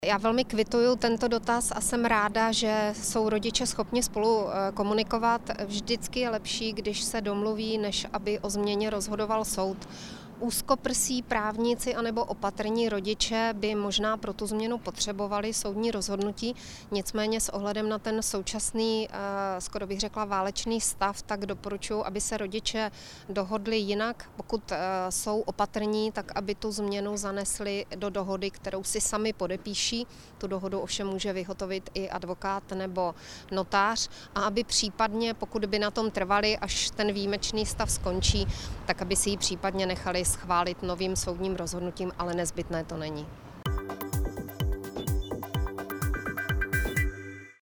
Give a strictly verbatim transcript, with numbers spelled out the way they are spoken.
Já velmi kvituju tento dotaz a jsem ráda, že jsou rodiče schopni spolu komunikovat. Vždycky je lepší, když se domluví, než aby o změně rozhodoval soud. Úzkoprsí právníci anebo opatrní rodiče by možná pro tu změnu potřebovali soudní rozhodnutí, nicméně s ohledem na ten současný, skoro bych řekla válečný stav, tak doporučuji, aby se rodiče dohodli jinak. Pokud jsou opatrní, tak aby tu změnu zanesli do dohody, kterou si sami podepíší. Tu dohodu ovšem může vyhotovit i advokát nebo notář a aby případně, pokud by na tom trvali, až ten výjimečný stav skončí, tak aby si ji případně nechali schválit novým soudním rozhodnutím, ale nezbytné to není.